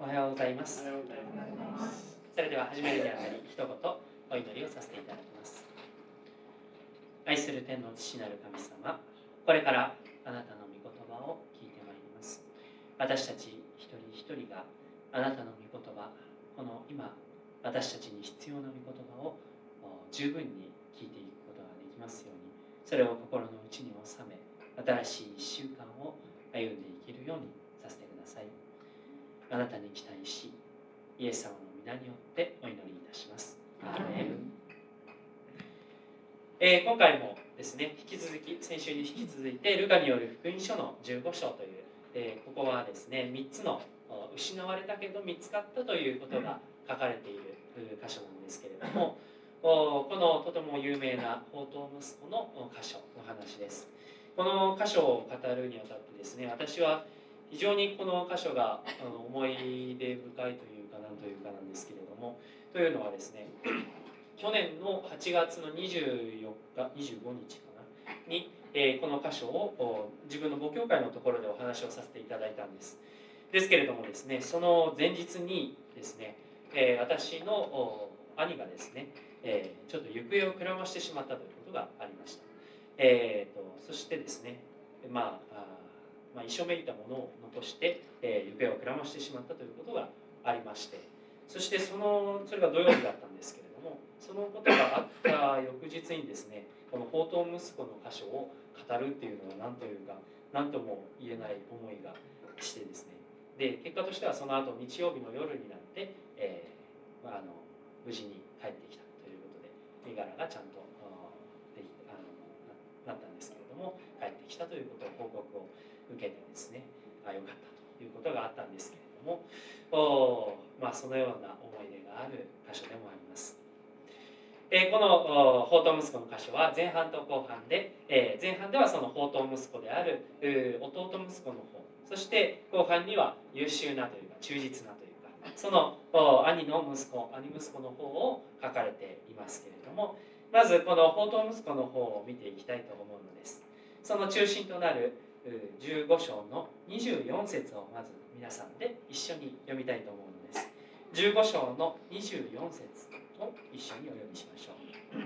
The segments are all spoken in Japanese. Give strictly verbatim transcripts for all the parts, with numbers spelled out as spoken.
おはようございます。 おはようございます。 それでは始めるにあたり一言お祈りをさせていただきます。愛する天の父なる神様、これからあなたの御言葉を聞いてまいります。私たち一人一人があなたの御言葉、この今私たちに必要な御言葉を十分に聞いていくことができますように、それを心の内に収め、新しい一週間を歩んでいけるようにさせてください。あなたに期待し、イエス様の皆によってお祈りいたします。アーメン。えー、今回もですね、引き続き先週に引き続いてルカによる福音書のじゅうご章という、えー、ここはですね、みっつの失われたけど見つかったということが書かれている箇所なんですけれども、このとても有名な放蕩息子の箇所の話です。この箇所を語るにあたってですね、私は非常にこの箇所が思い出深いというか何というかなんですけれども、というのはですね、去年のはちがつのにじゅうよっか、にじゅうごにちかなに、えー、この箇所を自分の母教会のところでお話をさせていただいたんです。ですけれどもですね、その前日にですね、えー、私の兄がですね、えー、ちょっと行方をくらましてしまったということがありました。えー、とそしてですね、まあ、あまあ、遺書めいたものを残して、えー、行方をくらましてしまったということがありまして、そしてそのそれが土曜日だったんですけれども、そのことがあった翌日にですね、この放蕩息子の箇所を語るっていうのは何というか何とも言えない思いがしてですね、で結果としてはその後日曜日の夜になって、えーまあ、あの無事に帰ってきたということで、身柄がちゃんとできあのなったんですけれども、帰ってきたということを報告を受けてですね、あよかったということがあったんですけれども、お、まあ、そのような思い出がある箇所でもあります。えー、この放蕩息子の箇所は前半と後半で、えー、前半ではその放蕩息子である弟息子の方、そして後半には優秀なというか忠実なというか、その兄の息子兄息子の方を書かれていますけれども、まずこの放蕩息子の方を見ていきたいと思うのです。その中心となるじゅうご章のにじゅうよん節をまず皆さんで一緒に読みたいと思うのです。じゅうご章のにじゅうよん節を一緒にお読みしましょ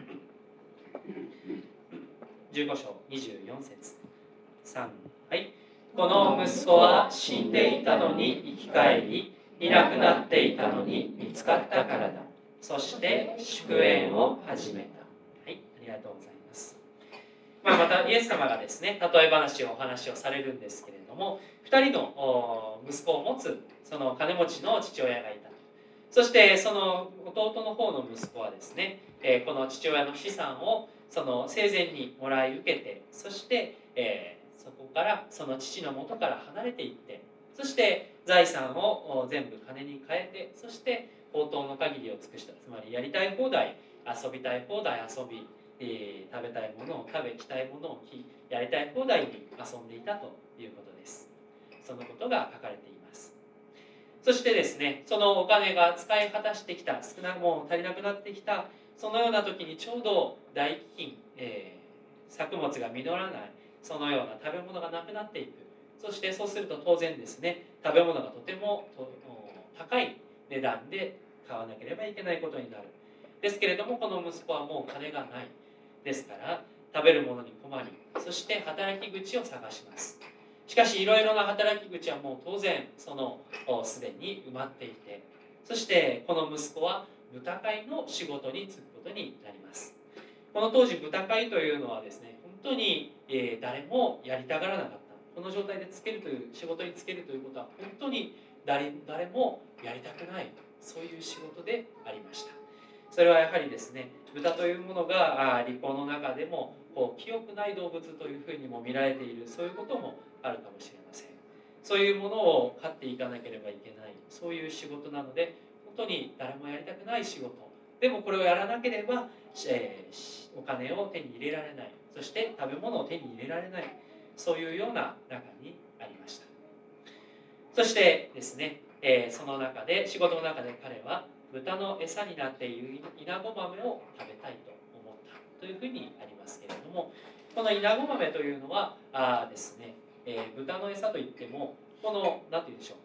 う。じゅうご章にじゅうよん節、さん、はい。この息子は死んでいたのに生き返り、いなくなっていたのに見つかったからだ。そして祝宴を始めた。はい、ありがとうございます。まあ、またイエス様がですね、例え話をお話をされるんですけれども、ふたりの息子を持つその金持ちの父親がいた。そしてその弟の方の息子はですね、えー、この父親の資産をその生前にもらい受けて、そして、えー、そこからその父の元から離れていって、そして財産を全部金に変えて、そして放蕩の限りを尽くした。つまりやりたい放題、遊びたい放題遊び、えー、食べたいものを食べ、着たいものを着、やりたい放題に遊んでいたということです。そのことが書かれています。そしてですね、そのお金が使い果たしてきた、少なくも足りなくなってきた、そのような時にちょうど大飢饉、えー、作物が実らない、そのような食べ物がなくなっていく。そしてそうすると当然ですね、食べ物がとても高い値段で買わなければいけないことになる。ですけれども、この息子はもう金がない。ですから食べるものに困り、そして働き口を探します。しかしいろいろな働き口はもう当然そのすでに埋まっていて、そしてこの息子は豚飼いの仕事に就くことになります。この当時豚飼いというのはですね、本当に、えー、誰もやりたがらなかった。この状態でつけるという仕事に就けるということは本当に 誰, 誰もやりたくない、そういう仕事でありました。それはやはりですね、豚というものが立法の中でもこう清くない動物というふうにも見られている、そういうこともあるかもしれません。そういうものを飼っていかなければいけない、そういう仕事なので、本当に誰もやりたくない仕事でも、これをやらなければ、えー、お金を手に入れられない、そして食べ物を手に入れられない、そういうような中にありました。そしてですね、えー、その中で仕事の中で彼は豚の餌になっているイナゴ豆を食べたいと思ったというふうにありますけれども、このイナゴ豆というのはあですね、えー、豚の餌といっても、この何て言うんでしょう、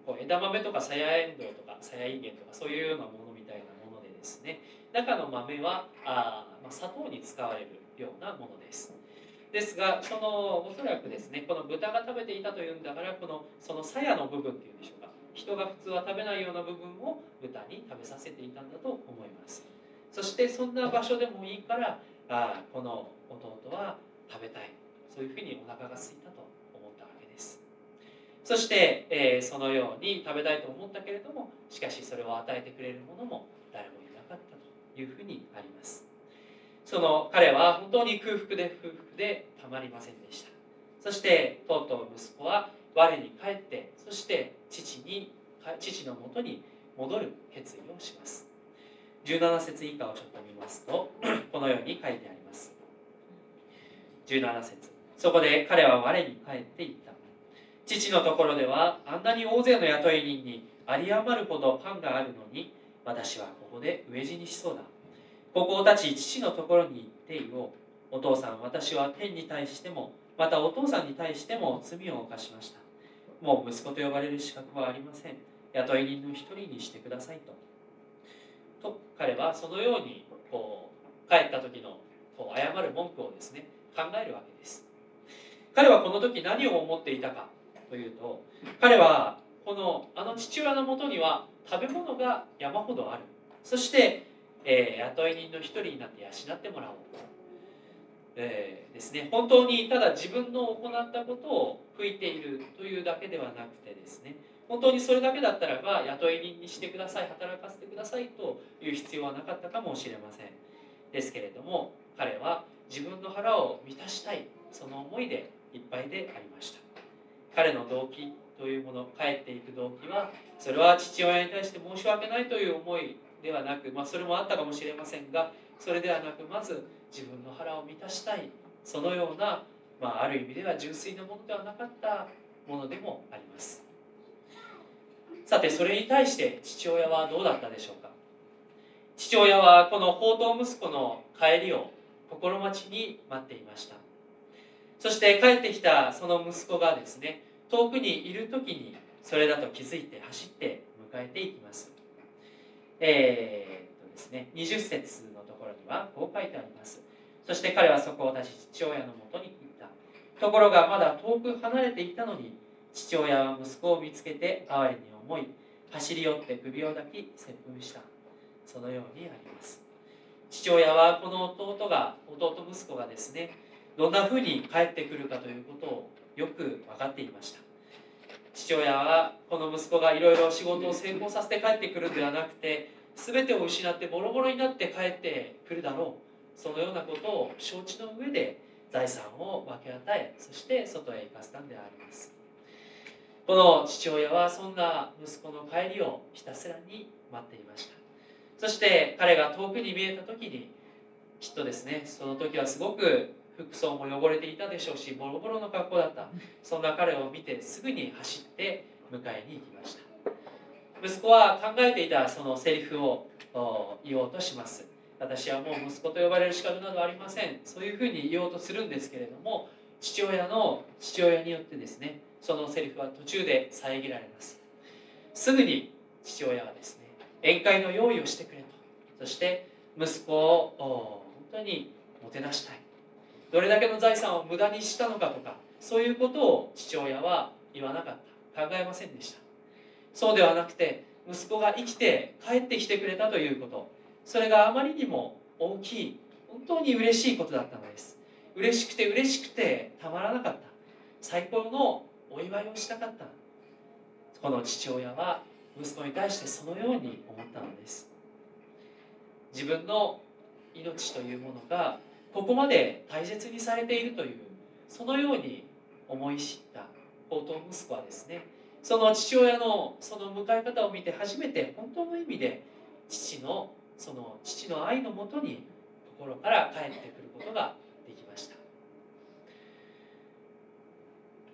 こう枝豆とかさやえんどうとかさやいんげんとかそういうようなものみたいなものでですね、中の豆はあ、まあ、砂糖に使われるようなものです。ですが、そのおそらくですね、この豚が食べていたというんだから、このその鞘の部分っていうんでしょうか、人が普通は食べないような部分を豚に食べさせていたんだと思います。そしてそんな場所でもいいから、あこの弟は食べたい、そういうふうにお腹が空いたと思ったわけです。そして、えー、そのように食べたいと思ったけれども、しかしそれを与えてくれる者も誰もいなかったというふうにあります。その彼は本当に空腹で空腹でたまりませんでした。そしてとうとう息子は我に帰って、そして父に父のもとに戻る決意をします。じゅうなな節以下をちょっと見ますとこのように書いてあります。じゅうなな節、そこで彼は我に帰っていった。父のところではあんなに大勢の雇い人に有り余るほどパンがあるのに、私はここで飢え死にしそうだ。ここを立ち父のところに行って言おう。お父さん、私は天に対してもまたお父さんに対しても罪を犯しました。もう息子と呼ばれる資格はありません。雇い人の一人にしてくださいと。と彼はそのようにこう帰った時のこう謝る文句をですね考えるわけです。彼はこの時何を思っていたかというと、彼はこのあの父親のもとには食べ物が山ほどある。そして、えー、雇い人の一人になって養ってもらおう、えー、ですね。本当にただ自分の行ったことを悔いているというだけではなくてですね、本当にそれだけだったらば雇い人にしてください、働かせてくださいという必要はなかったかもしれません。ですけれども彼は自分の腹を満たしたい、その思いでいっぱいでありました。彼の動機というもの、帰っていく動機は、それは父親に対して申し訳ないという思いではなく、まあ、それもあったかもしれませんが、それではなく、まず自分の腹を満たしたい、そのような、まあ、ある意味では純粋なものではなかったものでもあります。さて、それに対して父親はどうだったでしょうか。父親はこの放蕩息子の帰りを心待ちに待っていました。そして帰ってきたその息子がですね、遠くにいる時にそれだと気づいて走って迎えていきます。えー、っとですね、にじゅっ節のところにはこう書いてあります。そして彼はそこを立ち父親のもとに行った。ところがまだ遠く離れていたのに、父親は息子を見つけて哀れに思い、走り寄って首を抱き接吻した。そのようにあります。父親はこの弟が弟息子がですね、どんなふうに帰ってくるかということをよく分かっていました。父親はこの息子がいろいろ仕事を成功させて帰ってくるんではなくて、全てを失ってボロボロになって帰ってくるだろう、そのようなことを承知の上で財産を分け与え、そして外へ行かせたんであります。この父親はそんな息子の帰りをひたすらに待っていました。そして彼が遠くに見えた時に、きっとですね、その時はすごく服装も汚れていたでしょうし、ボロボロの格好だった。そんな彼を見てすぐに走って迎えに行きました。息子は考えていたそのセリフを言おうとします。私はもう息子と呼ばれる資格などありません、そういうふうに言おうとするんですけれども、父親の父親によってですね、そのセリフは途中で遮られます。すぐに父親はですね、宴会の用意をしてくれと、そして息子を本当にもてなしたい、どれだけの財産を無駄にしたのかとか、そういうことを父親は言わなかった、考えませんでした。そうではなくて、息子が生きて帰ってきてくれたということ、それがあまりにも大きい、本当に嬉しいことだったのです。嬉しくて嬉しくてたまらなかった、最高のお祝いをしたかった、この父親は息子に対してそのように思ったのです。自分の命というものがここまで大切にされているという、そのように思い知った放蕩息子はですね、その父親のその迎え方を見て初めて本当の意味で父のその父の愛のもとに心から帰ってくることができました。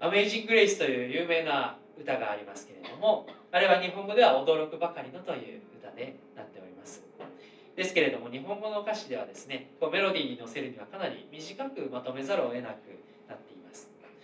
アメイジング・グレイスという有名な歌がありますけれども、あれは日本語では驚くばかりのという歌でなっております。ですけれども日本語の歌詞ではですね、こうメロディーに乗せるにはかなり短くまとめざるを得なくなっています。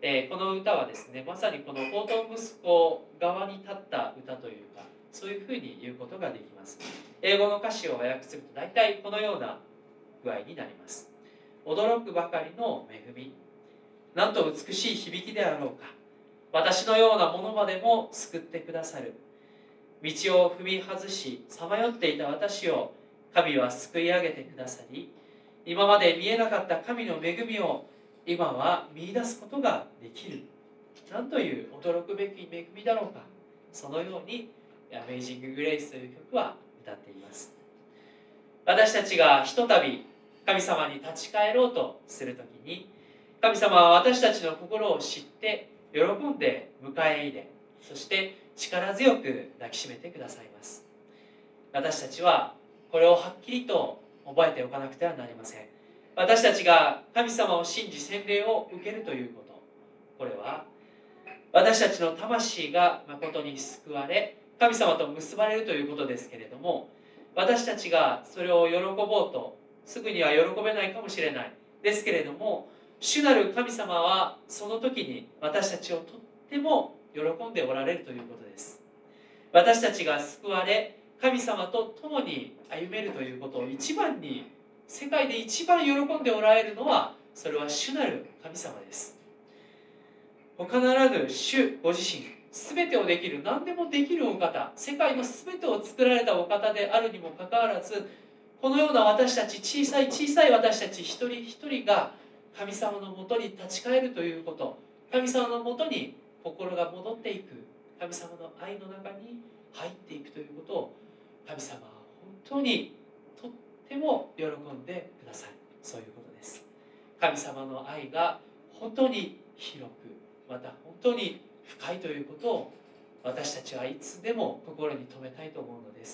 えー、この歌はですね、まさにこの放蕩息子側に立った歌というか、そういうふうに言うことができます。英語の歌詞を和訳すると大体このような具合になります。驚くばかりの恵み、なんと美しい響きであろうか。私のようなものまでも救ってくださる。道を踏み外しさまよっていた私を神は救い上げてくださり、今まで見えなかった神の恵みを今は見出すことができる。なんという驚くべき恵みだろうか。そのようにアメイジング・グレイスという曲は歌っています。私たちがひとたび神様に立ち返ろうとするときに、神様は私たちの心を知って喜んで迎え入れ、そして力強く抱きしめてくださいます。私たちはこれをはっきりと覚えておかなくてはなりません。私たちが神様を信じ洗礼を受けるということ、これは私たちの魂が誠に救われ神様と結ばれるということですけれども、私たちがそれを喜ぼうとすぐには喜べないかもしれないですけれども、主なる神様はその時に私たちをとっても喜んでおられるということです。私たちが救われ神様と共に歩めるということを一番に、世界で一番喜んでおられるのは、それは主なる神様です。他ならぬ主ご自身、全てをできる、何でもできるお方、世界の全てを作られたお方であるにもかかわらず、このような私たち、小さい小さい私たち一人一人が神様のもとに立ち返るということ、神様のもとに心が戻っていく、神様の愛の中に入っていくということを、神様は本当にとっても喜んでください。そういうことです。神様の愛が本当に広く、また本当に深いということを私たちはいつでも心に留めたいと思うのです。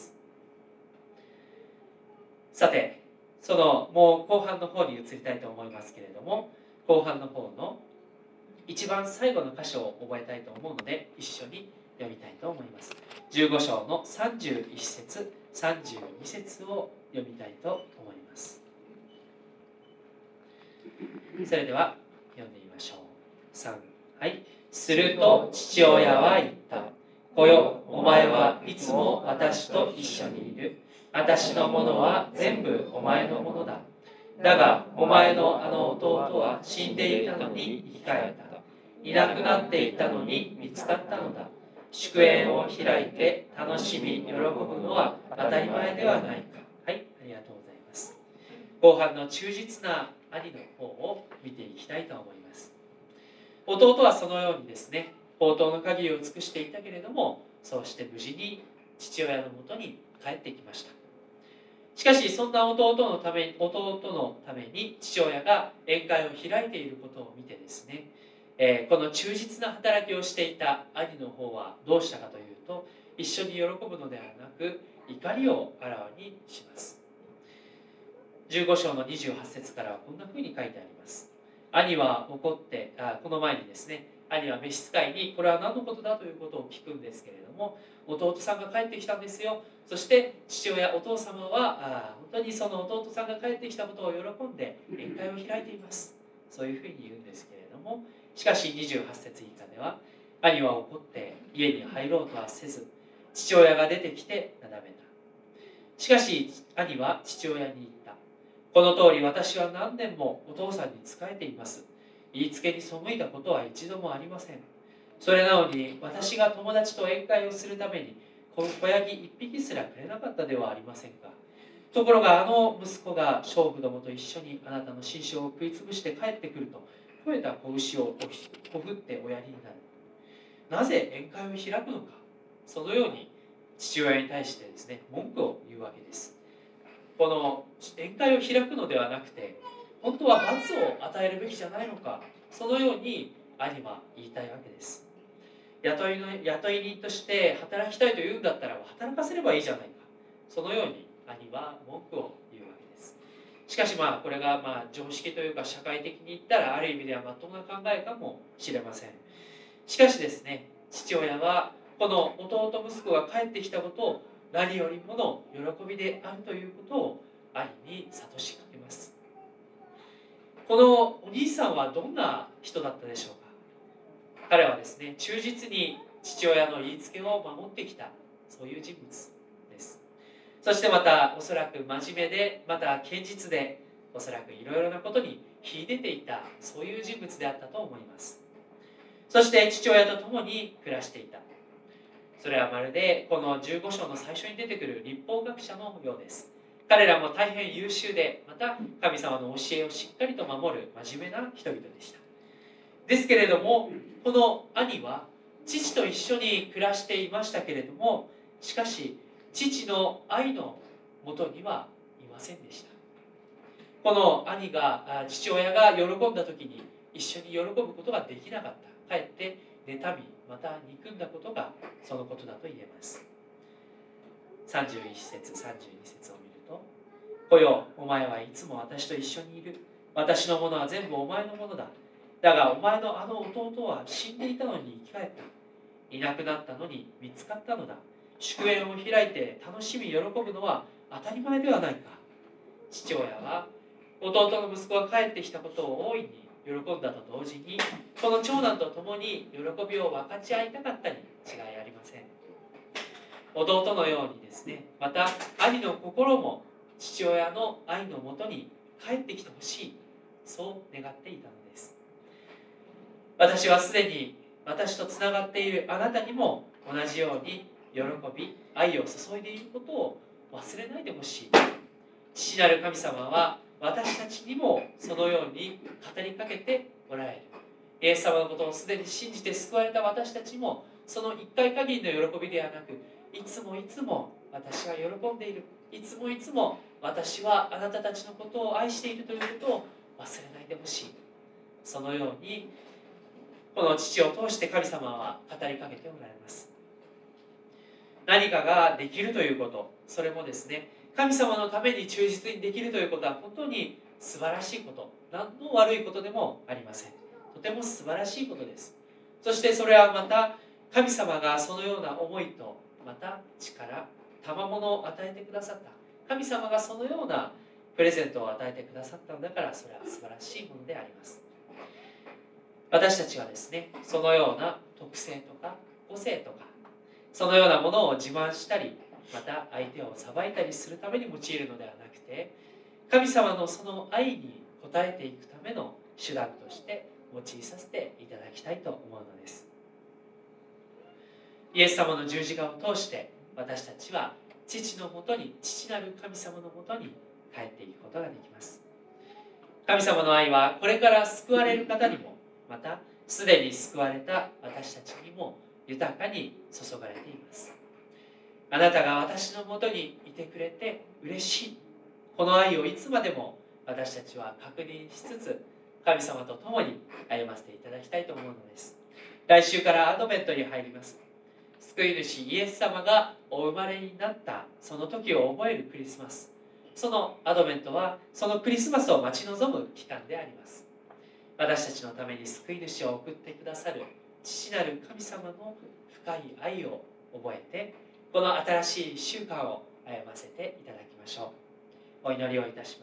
さて、そのもう後半の方に移りたいと思いますけれども、後半の方の一番最後の箇所を覚えたいと思うので一緒に読みたいと思います。じゅうご章のさんじゅういち節さんじゅうに節を読みたいと思います。それでは読んでみましょう。さん、はい。すると父親は言った。子よ、お前はいつも私と一緒にいる。私のものは全部お前のものだ。だがお前のあの弟は死んでいたのに生き返った。いなくなっていたのに見つかったのだ。祝宴を開いて楽しみ喜ぶのは当たり前ではないか。はい、ありがとうございます。後半の忠実な兄の方を見ていきたいと思います。弟はそのようにですね、放蕩の限りを尽くしていたけれども、そうして無事に父親のもとに帰ってきました。しかしそんな弟のために弟のために父親が宴会を開いていることを見てですね、えー、この忠実な働きをしていた兄の方はどうしたかというと、一緒に喜ぶのではなく怒りをあらわにします。じゅうご章のにじゅうはち節からはこんなふうに書いてあります。兄は怒ってあこの前にですね、兄は召使いにこれは何のことだということを聞くんですけれども、弟さんが帰ってきたんですよ。そして父親お父様はあ本当にその弟さんが帰ってきたことを喜んで宴会を開いています。そういうふうに言うんですけれども、しかしにじゅうはち節以下では、兄は怒って家に入ろうとはせず、父親が出てきてなだめた。しかし兄は父親に言った。この通り私は何年もお父さんに仕えています。言いつけに背いたことは一度もありません。それなのに私が友達と宴会をするために子ヤギ一匹すらくれなかったではありませんか。ところがあの息子が娼婦どもと一緒にあなたの心象を食いつぶして帰ってくると、肥えた子牛をほふっておやりになる。なぜ宴会を開くのか。そのように父親に対してですね、文句を言うわけです。この宴会を開くのではなくて、本当は罰を与えるべきじゃないのか、そのように兄は言いたいわけです。雇いの雇い人として働きたいと言うんだったら働かせればいいじゃないか、そのように兄は文句を言うわけです。しかしまあこれがまあ常識というか社会的に言ったらある意味ではまっとうな考えかもしれません。しかしですね、父親はこの弟息子が帰ってきたことを何よりもの喜びであるということを兄に諭しかけます。このお兄さんはどんな人だったでしょうか。 彼はですね、忠実に父親の言いつけを守ってきた、そういう人物です。そしてまたおそらく真面目で、また堅実で、おそらくいろいろなことに秀でていた、そういう人物であったと思います。そして父親と共に暮らしていた。それはまるでこのじゅうご章の最初に出てくる律法学者のようです。彼らも大変優秀で、また神様の教えをしっかりと守る真面目な人々でした。ですけれども、この兄は父と一緒に暮らしていましたけれども、しかし父の愛のもとにはいませんでした。この兄が、父親が喜んだ時に一緒に喜ぶことができなかった。かえって妬み、また憎んだことがそのことだと言えます。さんじゅういち節、さんじゅうに節を見ると、「子よ、お前はいつも私と一緒にいる。私のものは全部お前のものだ。だがお前のあの弟は死んでいたのに生き返った。いなくなったのに見つかったのだ。祝宴を開いて楽しみ喜ぶのは当たり前ではないか。」父親は弟の息子が帰ってきたことを大いに喜んだと同時に、この長男と共に喜びを分かち合いたかったに違いありません。弟のようにですね、また兄の心も父親の愛のもとに帰ってきてほしい、そう願っていたのです。私はすでに私とつながっているあなたにも同じように喜び、愛を注いでいることを忘れないでほしい。父なる神様は私たちにもそのように語りかけておられる。イエス様のことをすでに信じて救われた私たちも、その一回限りの喜びではなく、いつもいつも私は喜んでいる、いつもいつも私はあなたたちのことを愛しているということを忘れないでほしい。そのようにこの父を通して神様は語りかけておられます。何かができるということ、それもですね、神様のために忠実にできるということは本当に素晴らしいこと、何の悪いことでもありません。とても素晴らしいことです。そしてそれはまた神様がそのような思いと、また力、賜物を与えてくださった、神様がそのようなプレゼントを与えてくださったのだから、それは素晴らしいものであります。私たちはですね、そのような特性とか個性とか、そのようなものを自慢したり、また相手を裁いたりするために用いるのではなくて、神様のその愛に応えていくための手段として用いさせていただきたいと思うのです。イエス様の十字架を通して私たちは父のもとに、父なる神様のもとに帰っていくことができます。神様の愛はこれから救われる方にも、またすでに救われた私たちにも豊かに注がれています。あなたが私のもとにいてくれて嬉しい。この愛をいつまでも私たちは確認しつつ、神様と共に歩ませていただきたいと思うのです。来週からアドベントに入ります。救い主イエス様がお生まれになったその時を覚えるクリスマス。そのアドベントはそのクリスマスを待ち望む期間であります。私たちのために救い主を送ってくださる父なる神様の深い愛を覚えて、この新しいいっしゅうかんを歩ませていただきましょう。お祈りをいたします。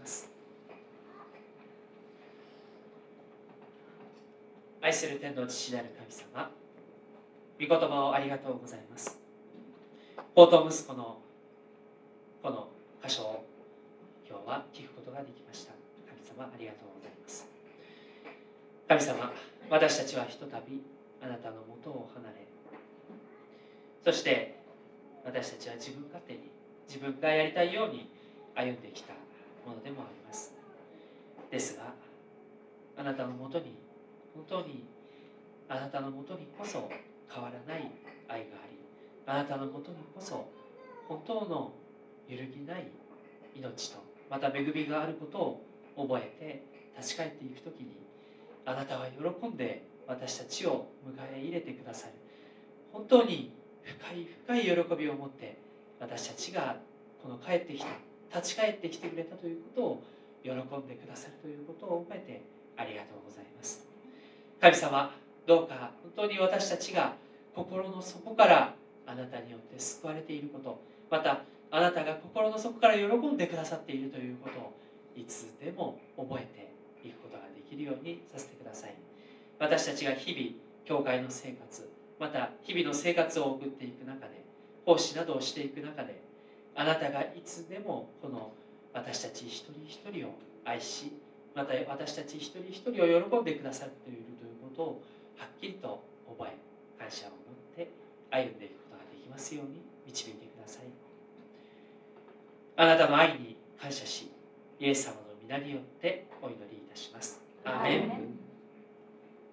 愛する天の父なる神様、御言葉をありがとうございます。法と息子のこの箇所を今日は聞くことができました。神様、ありがとうございます。神様、私たちはひとたびあなたのもとを離れ、そして私たちは自分勝手に自分がやりたいように歩んできたものでもあります。ですが、あなたのもとに本当にあなたのもとにこそ変わらない愛があり、あなたのもとにこそ本当の揺るぎない命とまた恵みがあることを覚えて立ち返っていくときに、あなたは喜んで私たちを迎え入れてくださる。本当に深い深い喜びを持って私たちがこの帰ってきた、立ち返ってきてくれたということを喜んでくださるということを覚えてありがとうございます。神様、どうか本当に私たちが心の底からあなたによって救われていること、またあなたが心の底から喜んでくださっているということをいつでも覚えていくことができるようにさせてください。私たちが日々 教会の生活、また日々の生活を送っていく中で、奉仕などをしていく中で、あなたがいつでもこの私たち一人一人を愛し、また私たち一人一人を喜んでくださっているということをはっきりと覚え、感謝を持って歩んでいくことができますように導いてください。あなたの愛に感謝し、イエス様の皆によってお祈りいたします。アーメン。